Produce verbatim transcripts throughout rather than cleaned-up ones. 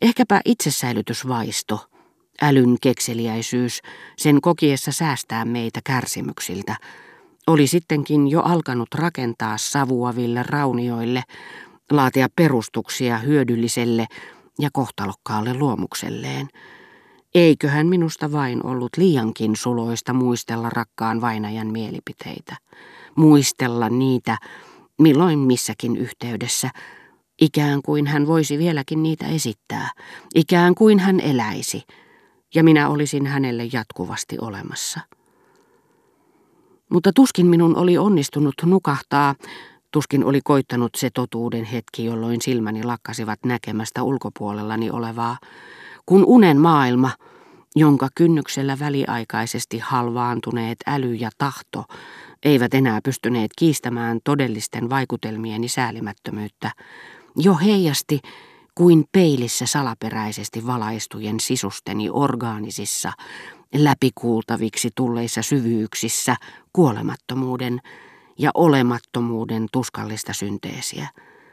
Ehkäpä itsesäilytysvaisto, älyn kekseliäisyys, sen kokiessa säästää meitä kärsimyksiltä, oli sittenkin jo alkanut rakentaa savuaville raunioille, laatia perustuksia hyödylliselle ja kohtalokkaalle luomukselleen. Eiköhän minusta vain ollut liiankin suloista muistella rakkaan vainajan mielipiteitä, muistella niitä milloin missäkin yhteydessä, ikään kuin hän voisi vieläkin niitä esittää, ikään kuin hän eläisi, ja minä olisin hänelle jatkuvasti olemassa. Mutta tuskin minun oli onnistunut nukahtaa, tuskin oli koittanut se totuuden hetki, jolloin silmäni lakkasivat näkemästä ulkopuolellani olevaa, kun unen maailma, jonka kynnyksellä väliaikaisesti halvaantuneet äly ja tahto eivät enää pystyneet kiistämään todellisten vaikutelmieni säälimättömyyttä, jo heijasti kuin peilissä salaperäisesti valaistujen sisusteni orgaanisissa, läpikuultaviksi tulleissa syvyyksissä kuolemattomuuden ja olemattomuuden tuskallista synteesiä.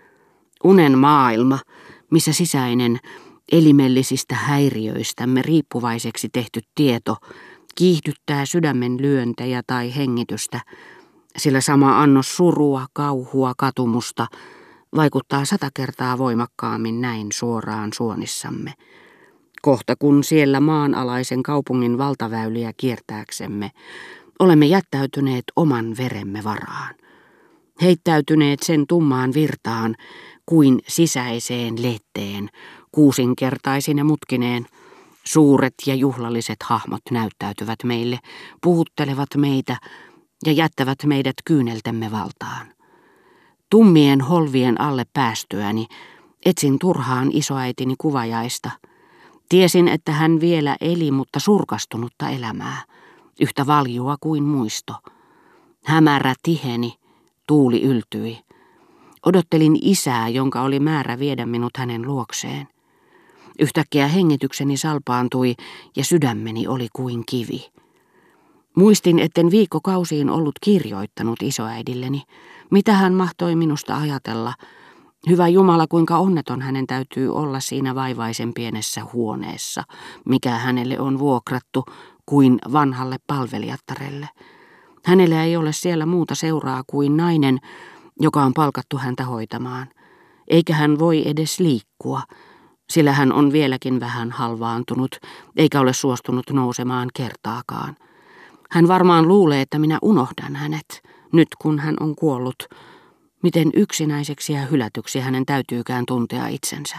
Unen maailma, missä sisäinen elimellisistä häiriöistämme riippuvaiseksi tehty tieto kiihdyttää sydämen lyöntejä tai hengitystä, sillä sama annos surua, kauhua, katumusta vaikuttaa sata kertaa voimakkaammin näin suoraan suonissamme. Kohta kun siellä maanalaisen kaupungin valtaväyliä kiertääksemme, olemme jättäytyneet oman veremme varaan, heittäytyneet sen tummaan virtaan kuin sisäiseen letteen, kuusinkertaisine mutkineen. Suuret ja juhlalliset hahmot näyttäytyvät meille, puhuttelevat meitä ja jättävät meidät kyyneltemme valtaan. Tummien holvien alle päästyäni etsin turhaan isoäitini kuvajaista. Tiesin, että hän vielä eli, mutta surkastunutta elämää, yhtä valjua kuin muisto. Hämärä tiheni, tuuli yltyi. Odottelin isää, jonka oli määrä viedä minut hänen luokseen. Yhtäkkiä hengitykseni salpaantui ja sydämeni oli kuin kivi. Muistin, etten viikkokausiin ollut kirjoittanut isoäidilleni. Mitä hän mahtoi minusta ajatella? Hyvä Jumala, kuinka onneton hänen täytyy olla siinä vaivaisen pienessä huoneessa, mikä hänelle on vuokrattu, kuin vanhalle palvelijattarelle. Hänellä ei ole siellä muuta seuraa kuin nainen, joka on palkattu häntä hoitamaan. Eikä hän voi edes liikkua, sillä hän on vieläkin vähän halvaantunut, eikä ole suostunut nousemaan kertaakaan. Hän varmaan luulee, että minä unohdan hänet, nyt kun hän on kuollut. Miten yksinäiseksi ja hylätyksi hänen täytyykään tuntea itsensä.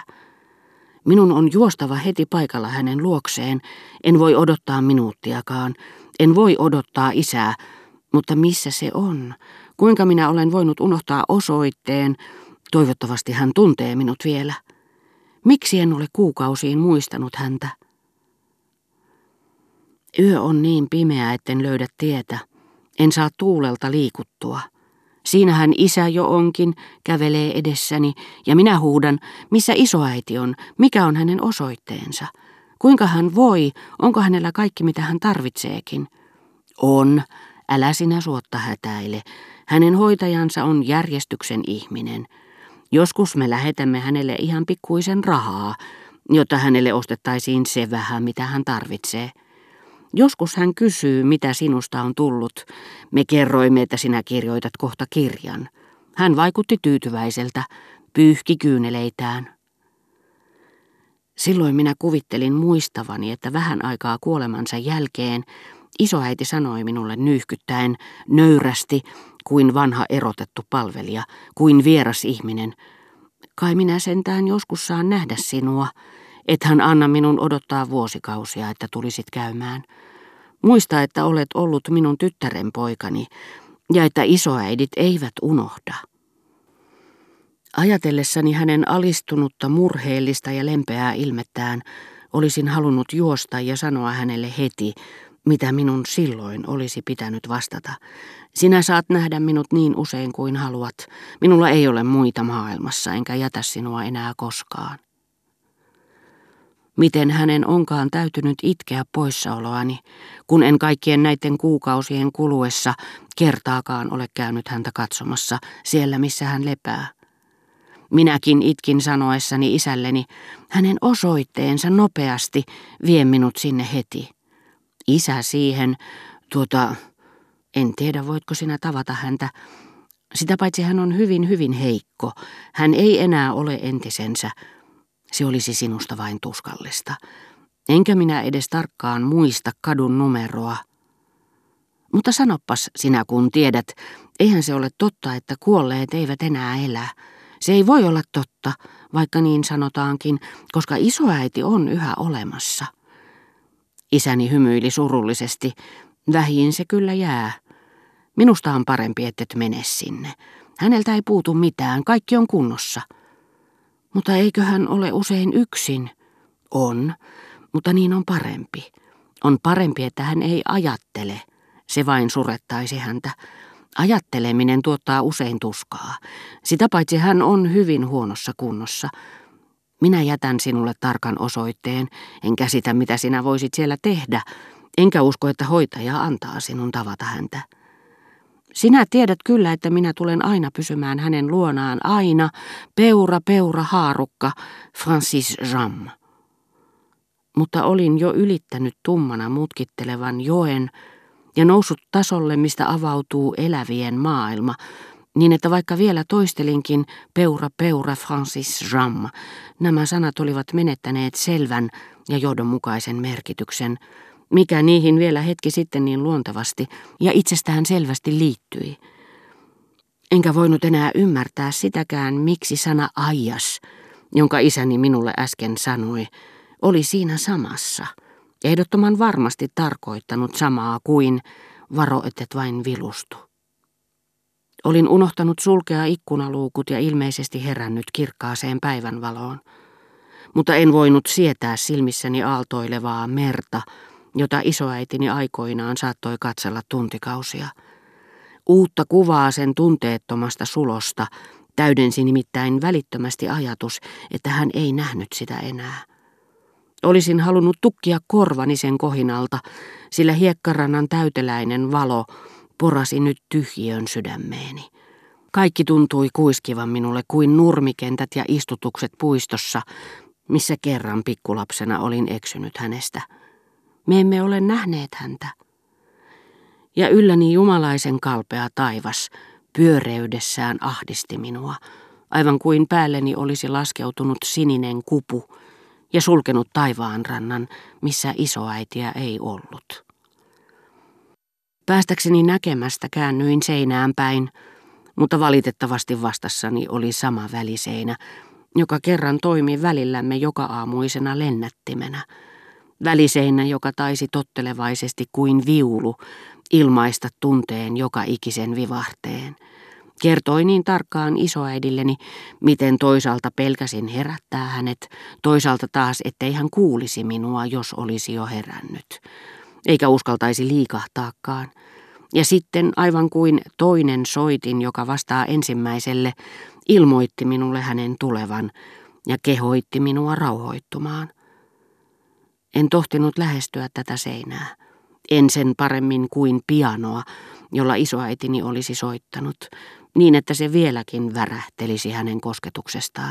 Minun on juostava heti paikalla hänen luokseen, en voi odottaa minuuttiakaan, en voi odottaa isää, mutta missä se on? Kuinka minä olen voinut unohtaa osoitteen? Toivottavasti hän tuntee minut vielä. Miksi en ole kuukausiin muistanut häntä? Yö on niin pimeä, etten löydä tietä. En saa tuulelta liikuttua. Siinähän isä jo onkin, kävelee edessäni, ja minä huudan, missä isoäiti on, mikä on hänen osoitteensa. Kuinka hän voi, onko hänellä kaikki mitä hän tarvitseekin? On, älä sinä suotta hätäile. Hänen hoitajansa on järjestyksen ihminen. Joskus me lähetämme hänelle ihan pikkuisen rahaa, jotta hänelle ostettaisiin se vähän, mitä hän tarvitsee. Joskus hän kysyy, mitä sinusta on tullut. Me kerroimme, että sinä kirjoitat kohta kirjan. Hän vaikutti tyytyväiseltä, pyyhki kyyneleitään. Silloin minä kuvittelin muistavani, että vähän aikaa kuolemansa jälkeen isoäiti sanoi minulle nyyhkyttäen, nöyrästi, kuin vanha erotettu palvelija, kuin vieras ihminen. Kai minä sentään joskus saan nähdä sinua, ethän anna minun odottaa vuosikausia, että tulisit käymään. Muista, että olet ollut minun tyttären poikani ja että isoäidit eivät unohda. Ajatellessani hänen alistunutta, murheellista ja lempeää ilmettään, olisin halunnut juosta ja sanoa hänelle heti, mitä minun silloin olisi pitänyt vastata. Sinä saat nähdä minut niin usein kuin haluat. Minulla ei ole muita maailmassa, enkä jätä sinua enää koskaan. Miten hänen onkaan täytynyt itkeä poissaoloani, kun en kaikkien näiden kuukausien kuluessa kertaakaan ole käynyt häntä katsomassa siellä, missä hän lepää. Minäkin itkin sanoessani isälleni, hänen osoitteensa nopeasti, vie minut sinne heti. Isä siihen, tuota, en tiedä voitko sinä tavata häntä, sitä paitsi hän on hyvin hyvin heikko, hän ei enää ole entisensä, se olisi sinusta vain tuskallista. Enkä minä edes tarkkaan muista kadun numeroa. Mutta sanoppas sinä kun tiedät, eihän se ole totta, että kuolleet eivät enää elä. Se ei voi olla totta, vaikka niin sanotaankin, koska isoäiti on yhä olemassa. Isäni hymyili surullisesti. Vähiin se kyllä jää. Minusta on parempi, että et mene sinne. Häneltä ei puutu mitään, kaikki on kunnossa. Mutta eikö hän ole usein yksin? On, mutta niin on parempi. On parempi, että hän ei ajattele. Se vain surettaisi häntä. Ajatteleminen tuottaa usein tuskaa. Sitä paitsi hän on hyvin huonossa kunnossa. Minä jätän sinulle tarkan osoitteen, en käsitä mitä sinä voisit siellä tehdä, enkä usko, että hoitaja antaa sinun tavata häntä. Sinä tiedät kyllä, että minä tulen aina pysymään hänen luonaan, aina, peura, peura, haarukka, Francis Jam. Mutta olin jo ylittänyt tummana mutkittelevan joen ja noussut tasolle, mistä avautuu elävien maailma, niin että vaikka vielä toistelinkin peura, peura, Francis Jam, nämä sanat olivat menettäneet selvän ja johdonmukaisen merkityksen, mikä niihin vielä hetki sitten niin luontevasti ja itsestään selvästi liittyi. Enkä voinut enää ymmärtää sitäkään, miksi sana aijas, jonka isäni minulle äsken sanoi, oli siinä samassa, ehdottoman varmasti tarkoittanut samaa kuin varo, ettet vain vilustu. Olin unohtanut sulkea ikkunaluukut ja ilmeisesti herännyt kirkkaaseen päivänvaloon, mutta en voinut sietää silmissäni aaltoilevaa merta, jota isoäitini aikoinaan saattoi katsella tuntikausia. Uutta kuvaa sen tunteettomasta sulosta täydensi nimittäin välittömästi ajatus, että hän ei nähnyt sitä enää. Olisin halunnut tukkia korvani sen kohinalta, sillä hiekkarannan täyteläinen valo porasi nyt tyhjiön sydämeeni. Kaikki tuntui kuiskivan minulle kuin nurmikentät ja istutukset puistossa, missä kerran pikkulapsena olin eksynyt hänestä. Me emme ole nähneet häntä. Ja ylläni jumalaisen kalpea taivas pyöreydessään ahdisti minua, aivan kuin päälleni olisi laskeutunut sininen kupu ja sulkenut taivaanrannan, missä isoäitiä ei ollut. Päästäkseni näkemästä käännyin seinään päin, mutta valitettavasti vastassani oli sama väliseinä, joka kerran toimi välillämme joka aamuisena lennättimenä. Väliseinä, joka taisi tottelevaisesti kuin viulu ilmaista tunteen joka ikisen vivahteen. Kertoi niin tarkkaan isoäidilleni, miten toisaalta pelkäsin herättää hänet, toisaalta taas, ettei hän kuulisi minua, jos olisi jo herännyt. Eikä uskaltaisi liikahtaakaan. Ja sitten aivan kuin toinen soitin, joka vastaa ensimmäiselle, ilmoitti minulle hänen tulevan ja kehoitti minua rauhoittumaan. En tohtinut lähestyä tätä seinää. En sen paremmin kuin pianoa, jolla isoäitini olisi soittanut, niin että se vieläkin värähtelisi hänen kosketuksestaan.